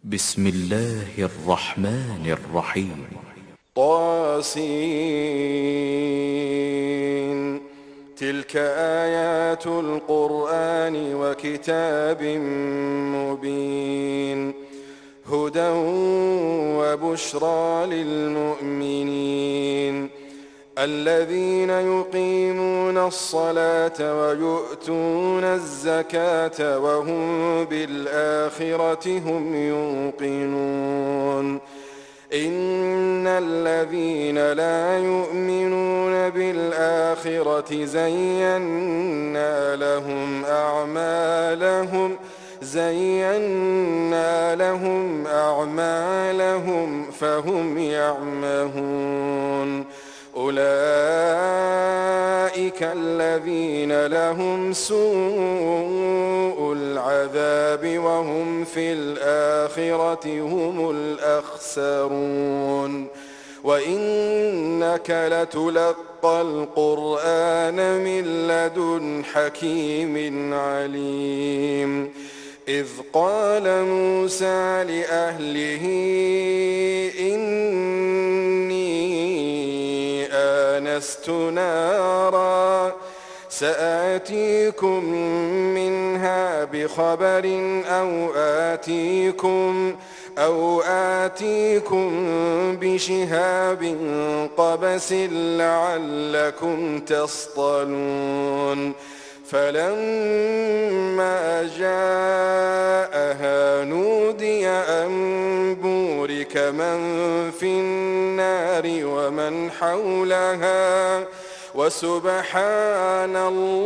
بسم الله الرحمن الرحيم. طاسين. تلك آيات القرآن وكتاب مبين، هدى وبشرى للمؤمنين الذين يقيمون الصلاة ويؤتون الزكاة وهم بالآخرة هم يوقنون. إن الذين لا يؤمنون بالآخرة زينا لهم أعمالهم فهم يعمهون. أولئك الذين لهم سوء العذاب وهم في الآخرة هم الأخسرون. وإنك لتلقى القرآن من لدن حكيم عليم. إذ قال موسى لأهله إني آنست نارا سآتيكم منها بخبر أو آتيكم بشهاب قبس لعلكم تصطلون. فلما جاءها نودي أن بورك من في النار ومن حولها وسبحان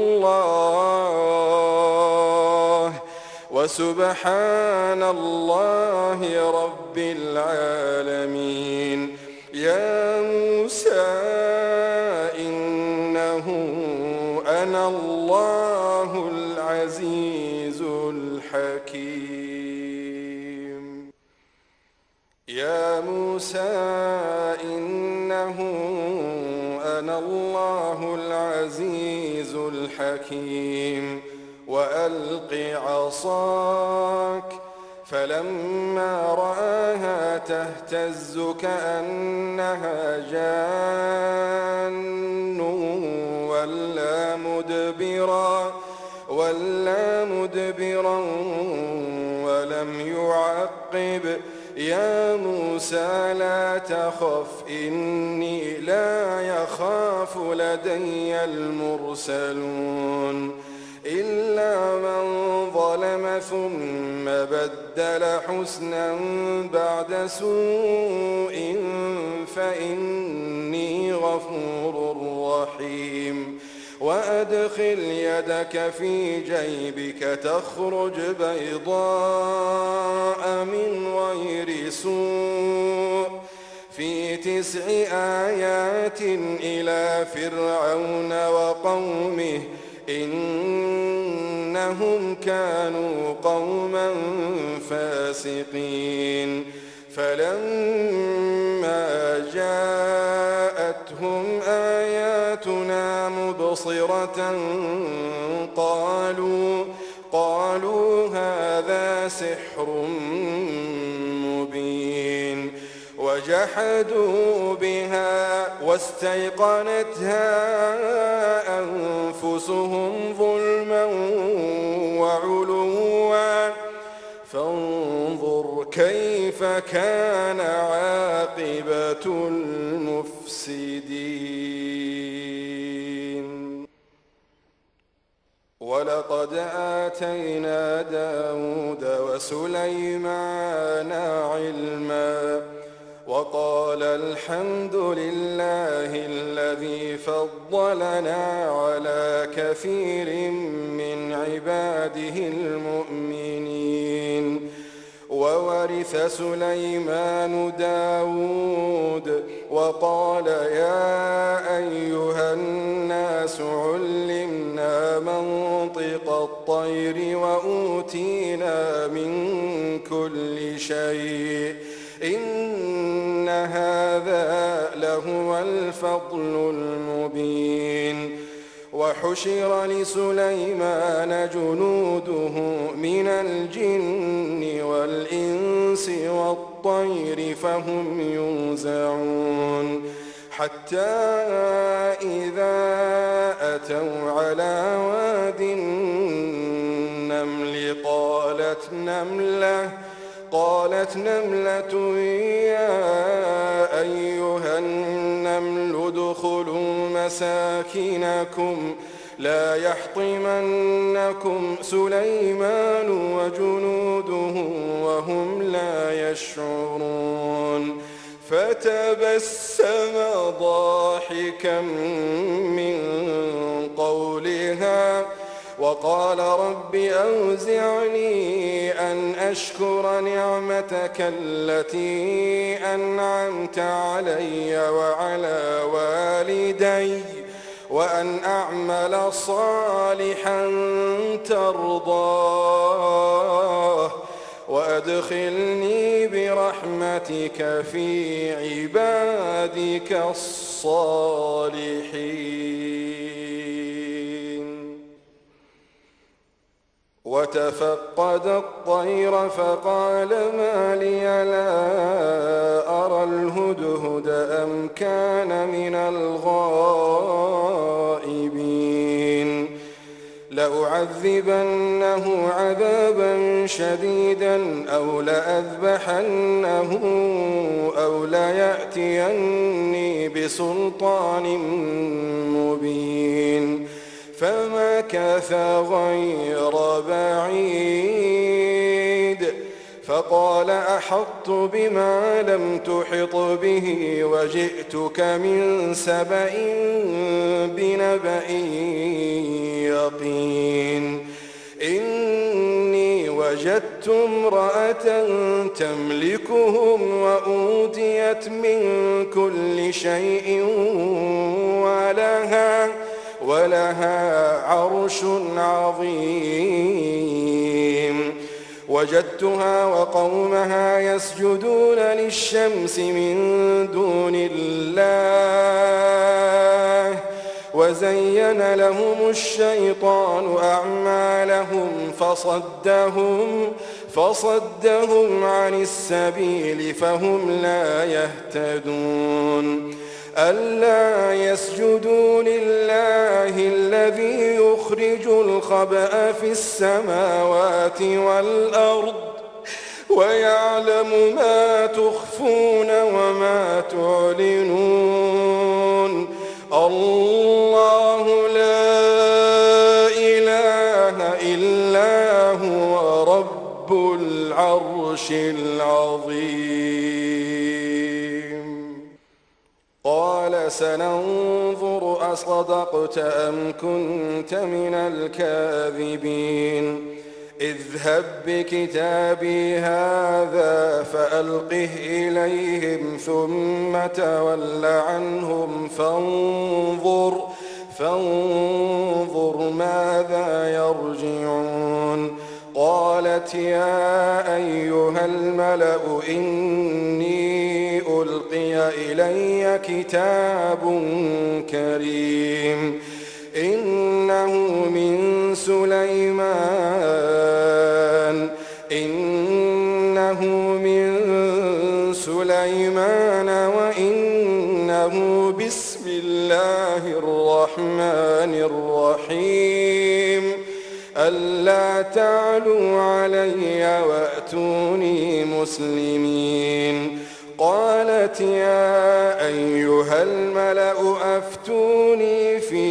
الله رب العالمين. يا موسى إنه أنا الله العزيز الحكيم. يا موسى إنه أنا الله العزيز الحكيم. وألق عصاك. فلما رآها تهتز كأنها جان ولا مدبرا ولم يعقب. يا موسى لا تخف إني لا يخاف لدي المرسلون. إلا من ظلم ثم بدل حسنا بعد سوء فإني غفور رحيم. وأدخل يدك في جيبك تخرج بيضاء من غير سوء في 9 آيات إلى فرعون وقومه إنهم كانوا قوما فاسقين. فلما جاءتهم آياتنا مبصرة قالوا هذا سحر مبين. وجحدوا بها واستيقنتها أنفسهم ظلما وعلوا فانظر كيف كان عاقبة المفسدين. ولقد آتينا داود وسليمان علما وقال الحمد لله الذي فضلنا على كثير من عباده المؤمنين. وورث سليمان داود وقال يا أيها الناس علمنا منطق الطير وأوتينا من كل شيء إن هذا لهو الفضل المبين. وحشر لسليمان جنوده من الجن والإنس الطير فهم يوزعون حتى إذا أتوا على واد النمل قالت نملة يا أيها النمل ادخلوا مساكنكم لا يحطمنكم سليمان وجنوده وهم لا يشعرون فتبسم ضاحكا من قولها وقال رب أوزعني أن أشكر نعمتك التي أنعمت علي وعلى والدي وأن أعمل صالحا ترضاه وأدخلني برحمتك في عبادك الصالحين. وتفقد الطير فقال ما لي لا أرى الهدهد أم كان من الغائبين لأعذبنه عذابا شديدا أو لأذبحنه أو ليأتيني بسلطان مبين فمكث غير بعيد فقال أحطت بما لم تحط به وجئتك من سبأ بنبأ يقين إني وجدت امرأة تملكهم وأوتيت من كل شيء ولها عرش عظيم وجدتها وقومها يسجدون للشمس من دون الله وزين لهم الشيطان أعمالهم فصدهم عن السبيل فهم لا يهتدون ألا يسجدوا لله الذي يخرج الخبأ في السماوات والأرض ويعلم ما تخفون وما تعلنون الله لا إله إلا هو رب العرش العظيم. قال سننظر أصدقت أم كنت من الكاذبين اذهب بكتابي هذا فألقه إليهم ثم تول عنهم فانظر ماذا يرجعون. قالت يا أيها الملأ إني ألقي إلي كتاب كريم إنه من سليمان وإنه بسم الله الرحمن الرحيم ألا تعلوا علي وأتوني مسلمين. قالت يا أيها الملأ أفتوني في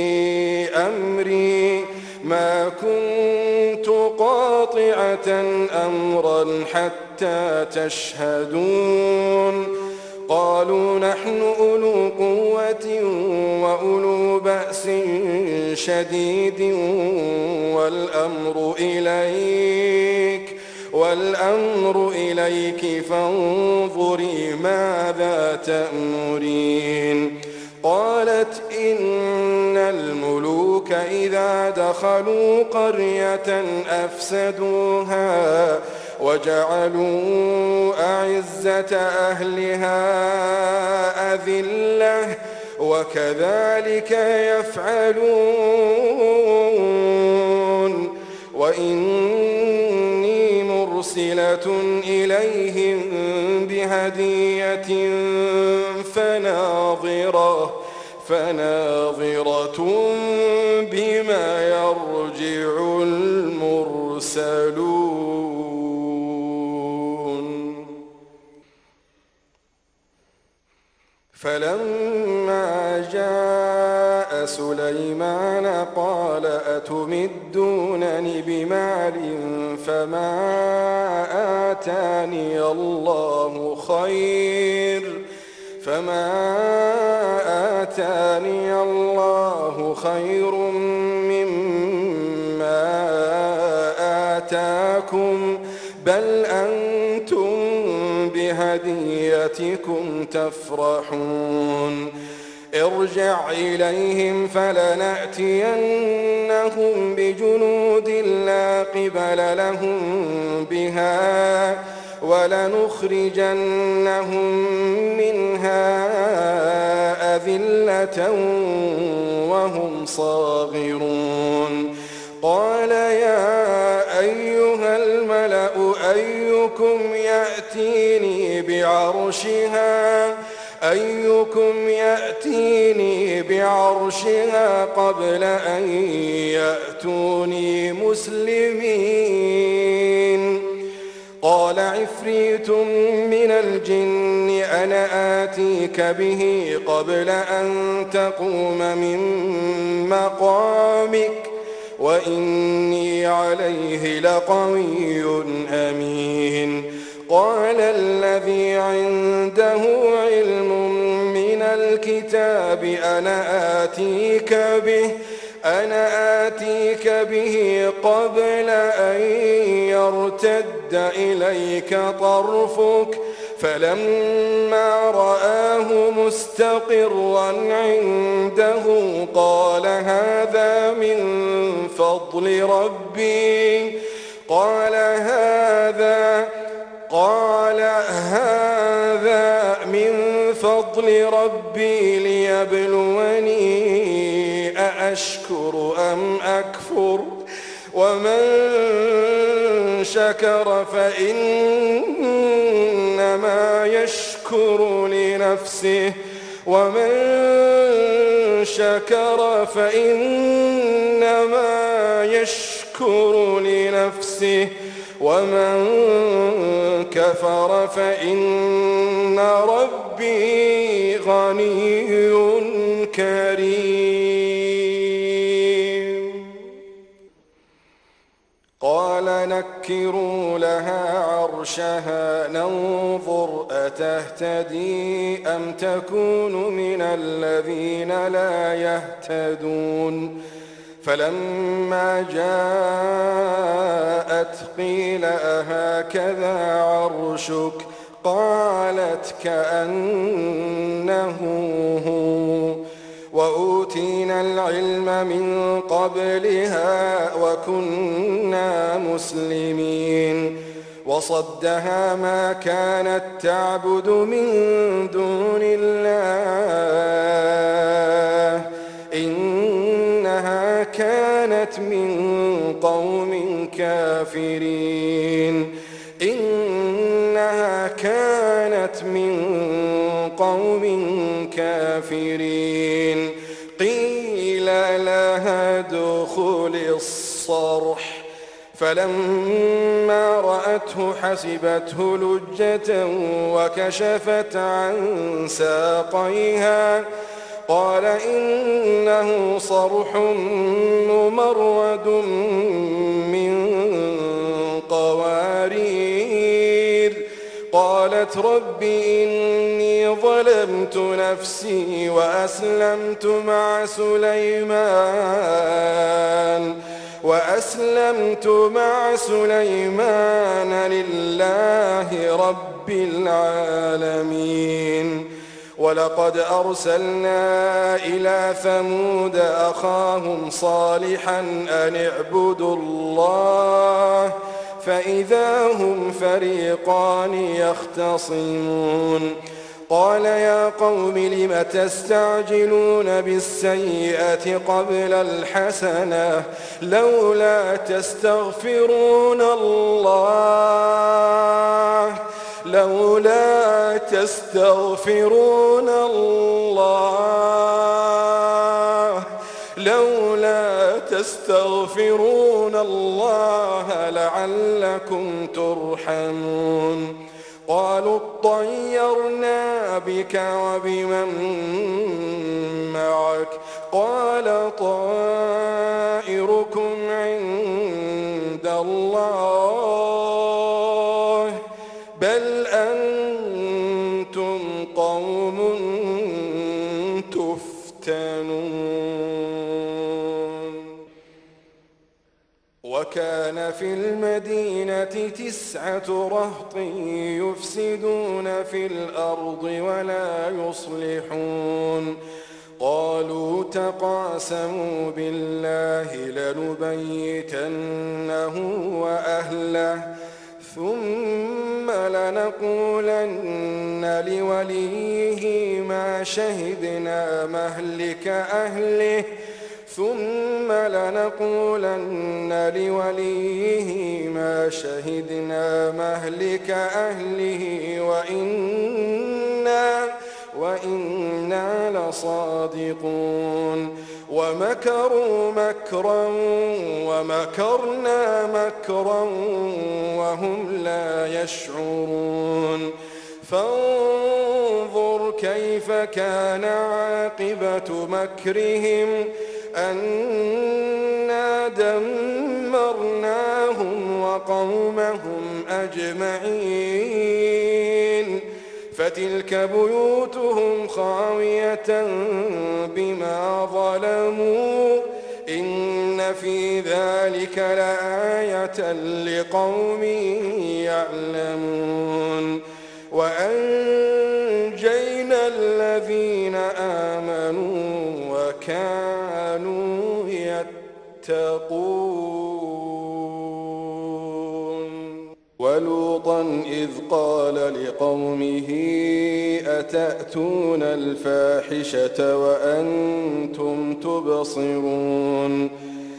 أمري ما كنت قاطعة أمرا حتى تشهدون. قالوا نحن أولو قوة وأولو بأس شديد والأمر إليك فانظري ماذا تأمرين. قالت إن الملوك إذا دخلوا قرية أفسدوها وجعلوا أعزة أهلها أذلة وكذلك يفعلون. وإني مرسلة مرسلة إليهم بهدية فناظرة بما يرجع المرسلون. فلما جاء سليمان قال أتمدونني بمال فما آتاني الله خير مما آتاكم بل أنتم بهديتكم تفرحون. ارجع إليهم فلنأتينهم بجنود لا قبل لهم بها ولنخرجنهم منها أذلة وهم صاغرون. قال يا أيها الملأ أيكم يأتيني بعرشها قبل أن يأتوني مسلمين. قال عفريت من الجن أنا آتيك به قبل أن تقوم من مقامك وإني عليه لقوي أمين. قال الذي عنده علم من الكتاب أنا آتيك به قبل أن يرتد إليك طرفك فلما رآه مستقرا عنده قال هذا من فضل ربي ليبلوني أأشكر أم أكفر ومن شكر فإنما يشكر لنفسه ومن كفر فإن ربي غني كريم. قال نكروا لها عرشها ننظر أتهتدي أم تكون من الذين لا يهتدون. فلما جاءت قيل أهكذا عرشك قالت كأنه هو وأوتينا العلم من قبلها وكنا مسلمين. وصدها ما كانت تعبد من دون الله إنها كانت من قوم كافرين. قيل لها ادخل الصرح فلما رأته حسبته لجة وكشفت عن ساقيها قال إنه صرح ممرد من قوارير. قالت رب إني ظلمت نفسي وأسلمت مع سليمان لله رب العالمين. ولقد أرسلنا إلى ثمود أخاهم صالحا أن اعبدوا الله فإذا هم فريقان يختصمون. قال يا قوم لم تستعجلون بالسيئة قبل الحسنة لولا تستغفرون الله لعلكم ترحمون قالوا اطيرنا بك وبمن معك قال طائركم عند الله بل أنتم قوم تفتنون وكان في المدينة 9 رهط يفسدون في الأرض ولا يصلحون قالوا تقاسموا بالله لنبيتنه وأهله ثم لنقولن لوليه ما شهدنا مهلك أهله وإنا لصادقون ومكروا مكرا ومكرنا مكرا وهم لا يشعرون فانظر كيف كان عاقبة مكرهم أنا دمرناهم وقومهم أجمعين فتلك بيوتهم خاوية بما ظلموا إن في ذلك لآية لقوم يعلمون وأنجينا الذين آمنوا وكانوا يتقون ولوطا إذ قال لقومه أتأتون الفاحشة وأنتم تبصرون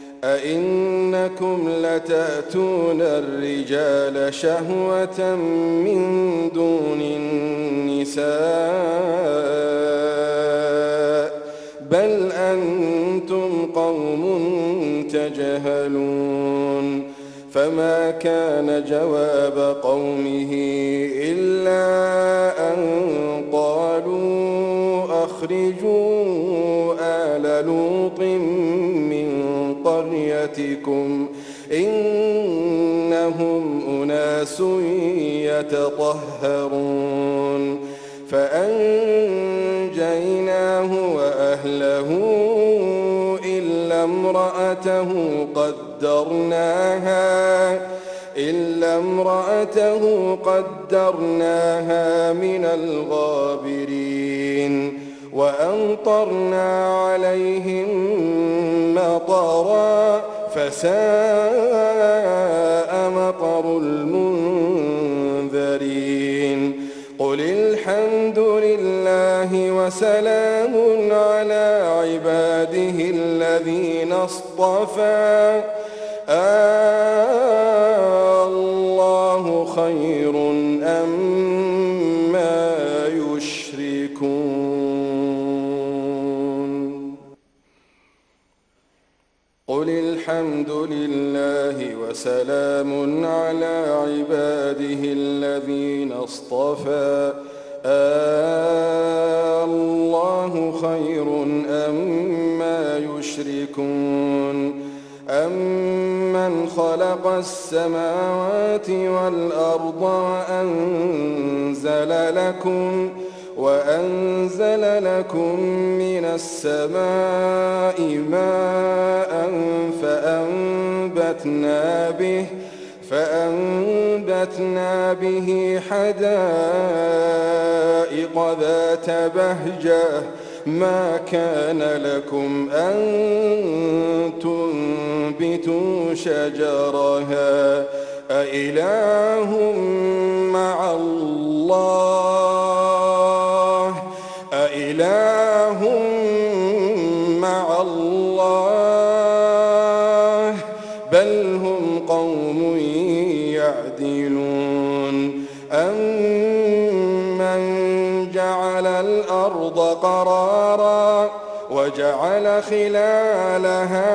أئنكم لتأتون الرجال شهوة من دون النساء بل أنتم قوم تجهلون فما كان جواب قومه إلا أن قالوا أخرجوا آل لوط من قريتكم إنهم أناس يتطهرون فأنجيناه وأهله إلا امرأته قدرناها من الغابرين وأمطرنا عليهم مطرا فساء مطر المنذرين قل الحمد لله وسلام على عباده الذين اصطفى الله خير أما يشركون قل الحمد لله وسلام على عباده الذين اصطفى الله خير أما يشركون أمن خلق السماوات والأرض وأنزل لكم من السماء ماء فأنبتنا به حدائق ذات بهجة ما كان لكم أن تنبتوا شجرها أإله مع الله أَمَّنْ جَعَلَ الْأَرْضَ قَرَارًا وَجَعَلَ خِلَالَهَا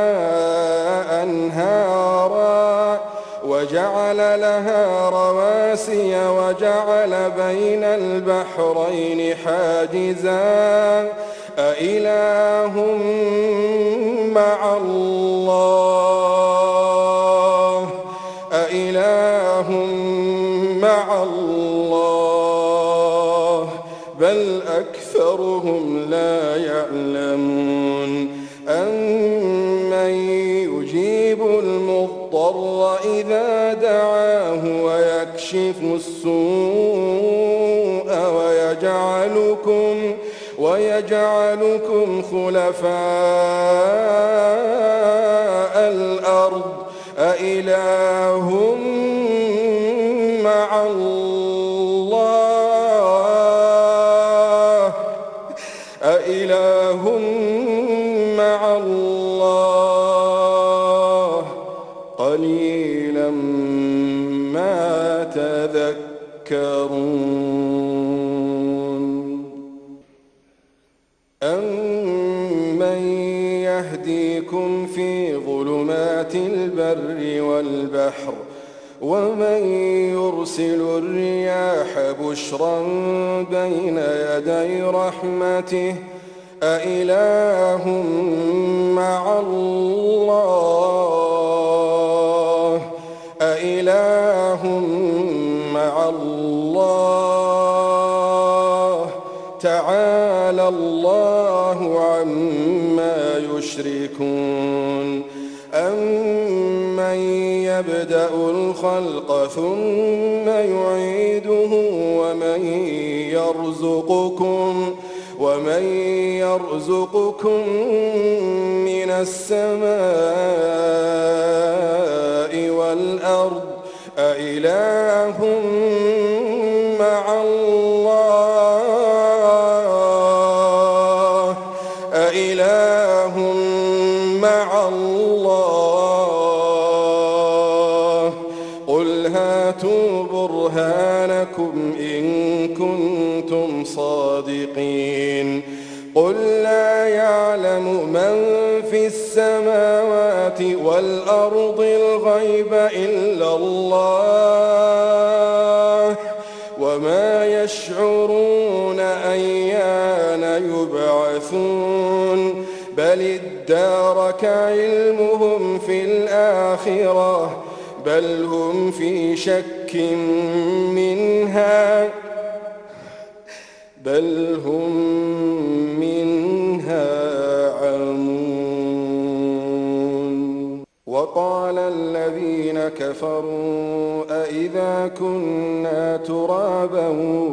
أَنْهَارًا وَجَعَلَ لَهَا رَوَاسِيَ وَجَعَلَ بَيْنَ الْبَحْرَيْنِ حَاجِزًا أَإِلَٰهٌ مَّعَ اللَّهِ أَإِلَٰهٌ مَّعَ اللَّهِ بَلْ أَكْثَرُهُمْ لَا يَعْلَمُونَ أَمَّن يُجِيبُ الْمُضْطَرَّ إِذَا دَعَاهُ وَيَكْشِفُ السُّوءَ وَيَجْعَلُكُمْ خُلَفَاءَ الْأَرْضِ أَإِلَٰهٌ مَّعَ اللَّهِ أَإِلَٰهٌ مَّعَ اللَّهِ قَلِيلًا مَّا تَذَكَّرُونَ أَمَّن يَهْدِيكُمْ فِي ظُلُمَاتِ الْبَرِّ وَالْبَحْرِ وَمَن يُرْسِلُ الرِّيَاحَ بُشْرًا بَيْنَ يَدَيْ رَحْمَتِهِ أَإِلَٰهٌ مَّعَ اللَّهِ أَإِلَٰهٌ مَّعَ اللَّهِ تَعَالَى اللَّهُ عَمَّا يُشْرِكُونَ أَمَّن يَبْدَأُ الْخَلْقَ ثُمَّ يُعِيدُهُ وَمَن يَرْزُقُكُم مِّنَ السَّمَاءِ وَالْأَرْضِ أَإِلَٰهٌ مَّعَ اللَّهِ أَإِلَٰهٌ مَّعَ اللَّهِ قُلْ هَاتُوا بُرْهَانَكُمْ إِن كُنتُمْ صَادِقِينَ قُل لَّا يَعْلَمُ مَن فِي السَّمَاوَاتِ وَالْأَرْضِ الْغَيْبَ إِلَّا اللَّهُ وَمَا يَشْعُرُونَ أَيَّانَ يُبْعَثُونَ بَلِ ادَّارَكَ عِلْمُهُمْ فِي الْآخِرَةِ بَلْ هُمْ فِي شَكٍّ مِّنْهَا عَمُونَ وَقَالَ الَّذِينَ كَفَرُوا أَإِذَا كُنَّا تُرَابًا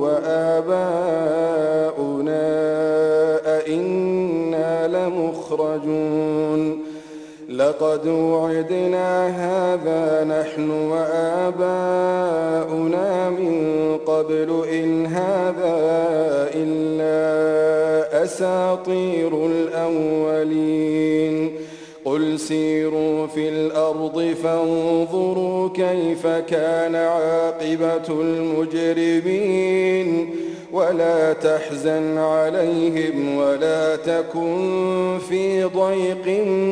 وَآبَاؤُنَا أَإِنَّا لَمُخْرَجُونَ لَقَدْ وُعِدْنَا هَٰذَا نَحْنُ وَآبَاؤُنَا مِن قَبْلُ إِنْ هَٰذَا إِلَّا أَسَاطِيرُ الْأَوَّلِينَ قُلْ سِيرُوا فِي الْأَرْضِ فَانظُرُوا كَيْفَ كَانَ عَاقِبَةُ الْمُجْرِمِينَ وَلَا تَحْزَنْ عَلَيْهِمْ وَلَا تَكُن في ضَيْقٍ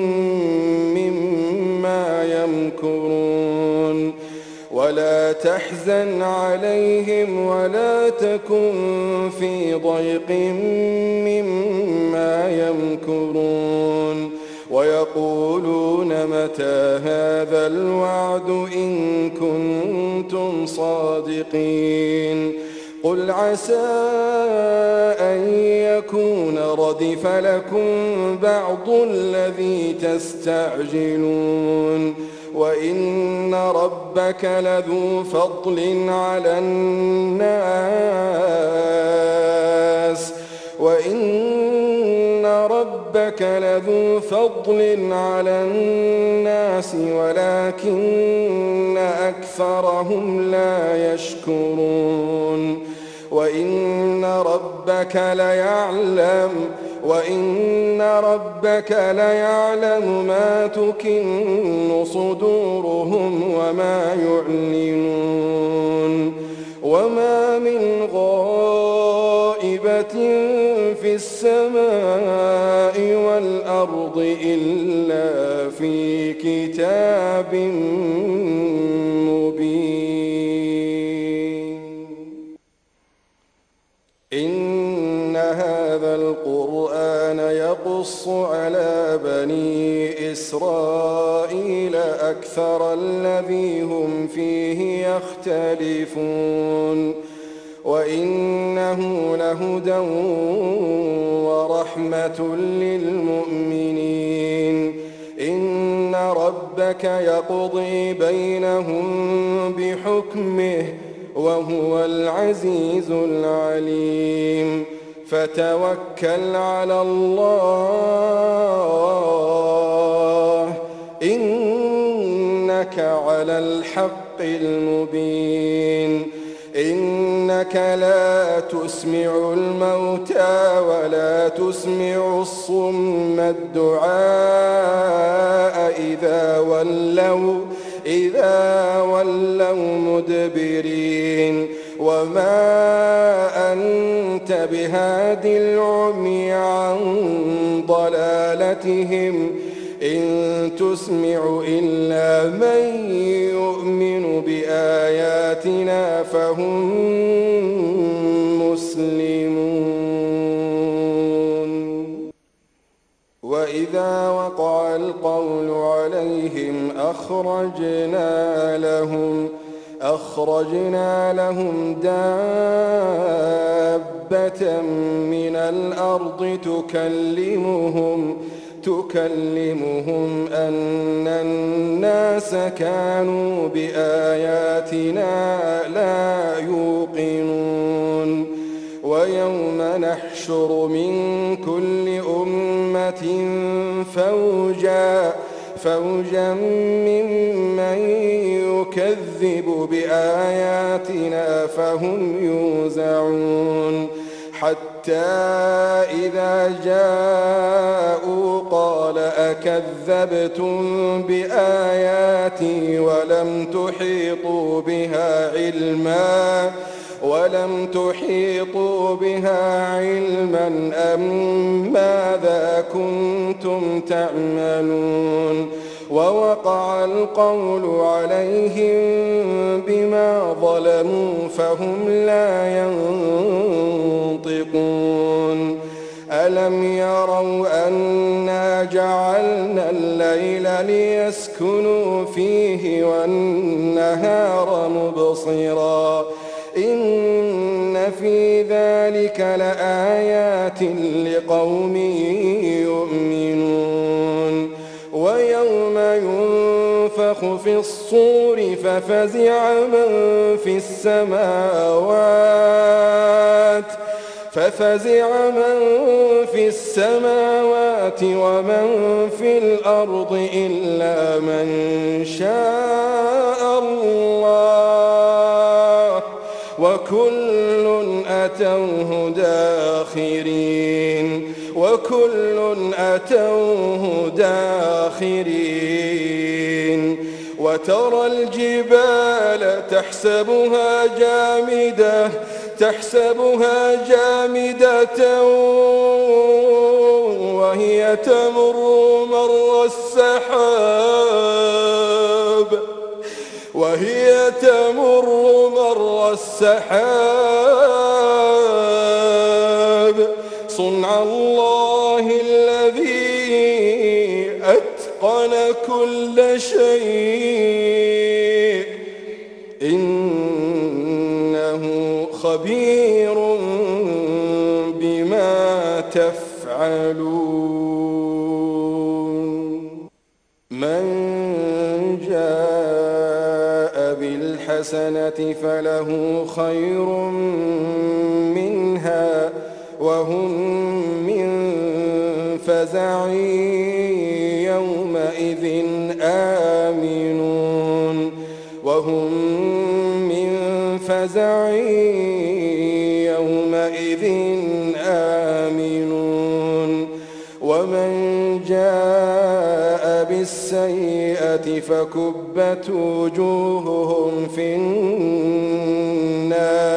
مِّمَّا يَمْكُرُونَ وَلَا تَحْزَنْ عَلَيْهِمْ وَلَا تَكُن في ضَيْقٍ مِّمَّا يَمْكُرُونَ وَيَقُولُونَ مَتَىٰ هَٰذَا الْوَعْدُ إِن كُنتُمْ صَادِقِينَ قُلْ عَسَىٰ أَن يَكُونَ رَدِفَ لَكُم بَعْضُ الَّذِي تَسْتَعْجِلُونَ وَإِنَّ رَبَّكَ لَذُو فَضْلٍ عَلَى النَّاسِ وَلَٰكِنَّ أَكْثَرَهُمْ لَا يَشْكُرُونَ وَإِنَّ رَبَّكَ لَيَعْلَمُ مَا تُكِنُّ صُدُورُهُمْ وَمَا يُعْلِنُونَ وما من غائبة في السماء والأرض إلا في كتاب مبين. إن هذا القرآن يقص على بني إسرائيل أكثر الذي هم فيه يختلفون وإنه لهدى ورحمة للمؤمنين. إن ربك يقضي بينهم بحكمه وهو العزيز العليم. فتوكل على الله إنك على الحق المبين. إنك لا تسمع الموتى ولا تسمع الصم الدعاء إذا ولوا مدبرين. وما أنت بهاد العمي عن ضلالتهم إن تسمع إلا من يؤمن بآياتنا فهم مسلمون. وإذا وقع القول عليهم أخرجنا لهم دابة من الأرض تكلمهم أن الناس كانوا بآياتنا لا يوقنون. ويوم نحشر من كل أمة فوجا ممن يكذب بآياتنا فهم يوزعون. حتى إذا جاءوا قال أكذبتم بآياتي ولم تحيطوا بها علما أم ماذا كنتم تعملون. ووقع القول عليهم بما ظلموا فهم لا ينطقون. ألم يروا أنا جعلنا الليل ليسكنوا فيه والنهار مبصرا إن في ذلك لآيات لقوم يؤمنون. ويوم ينفخ في الصور ففزع من في السماوات ومن في الأرض إلا من شاء الله وكل أتوه داخرين. وترى الجبال تحسبها جامدة وهي تمر مر السحاب صنع الله الذي أتقن كل شيء إنه خبير بما تفعلون. من جاء بالحسنة فله خير منها وهم من فزع يومئذ آمنون. ومن جاء بالسيئة فكبت وجوههم في النار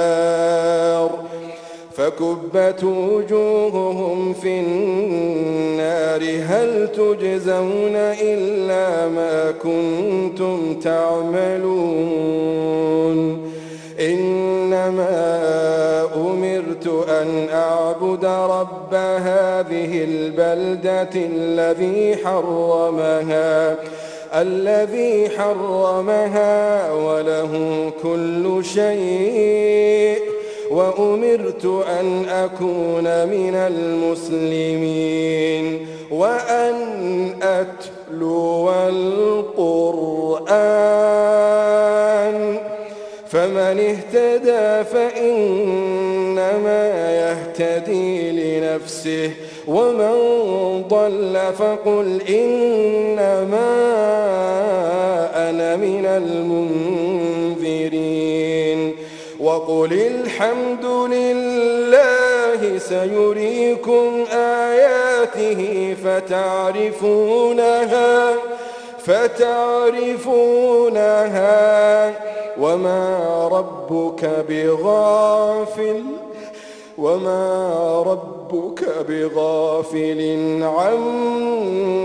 فكبت وجوههم في النار هل تجزون إلا ما كنتم تعملون إنما أمرت أن أعبد رب هذه البلدة الذي حرمها وله كل شيء وأمرت أن أكون من المسلمين وأن أتلو القرآن فمن اهتدى فإنما يهتدي لنفسه ومن ضل فقل إنما أنا من المنذرين وقل الحمد لله سيريكم آياته فتعرفونها وما ربك بغافل عما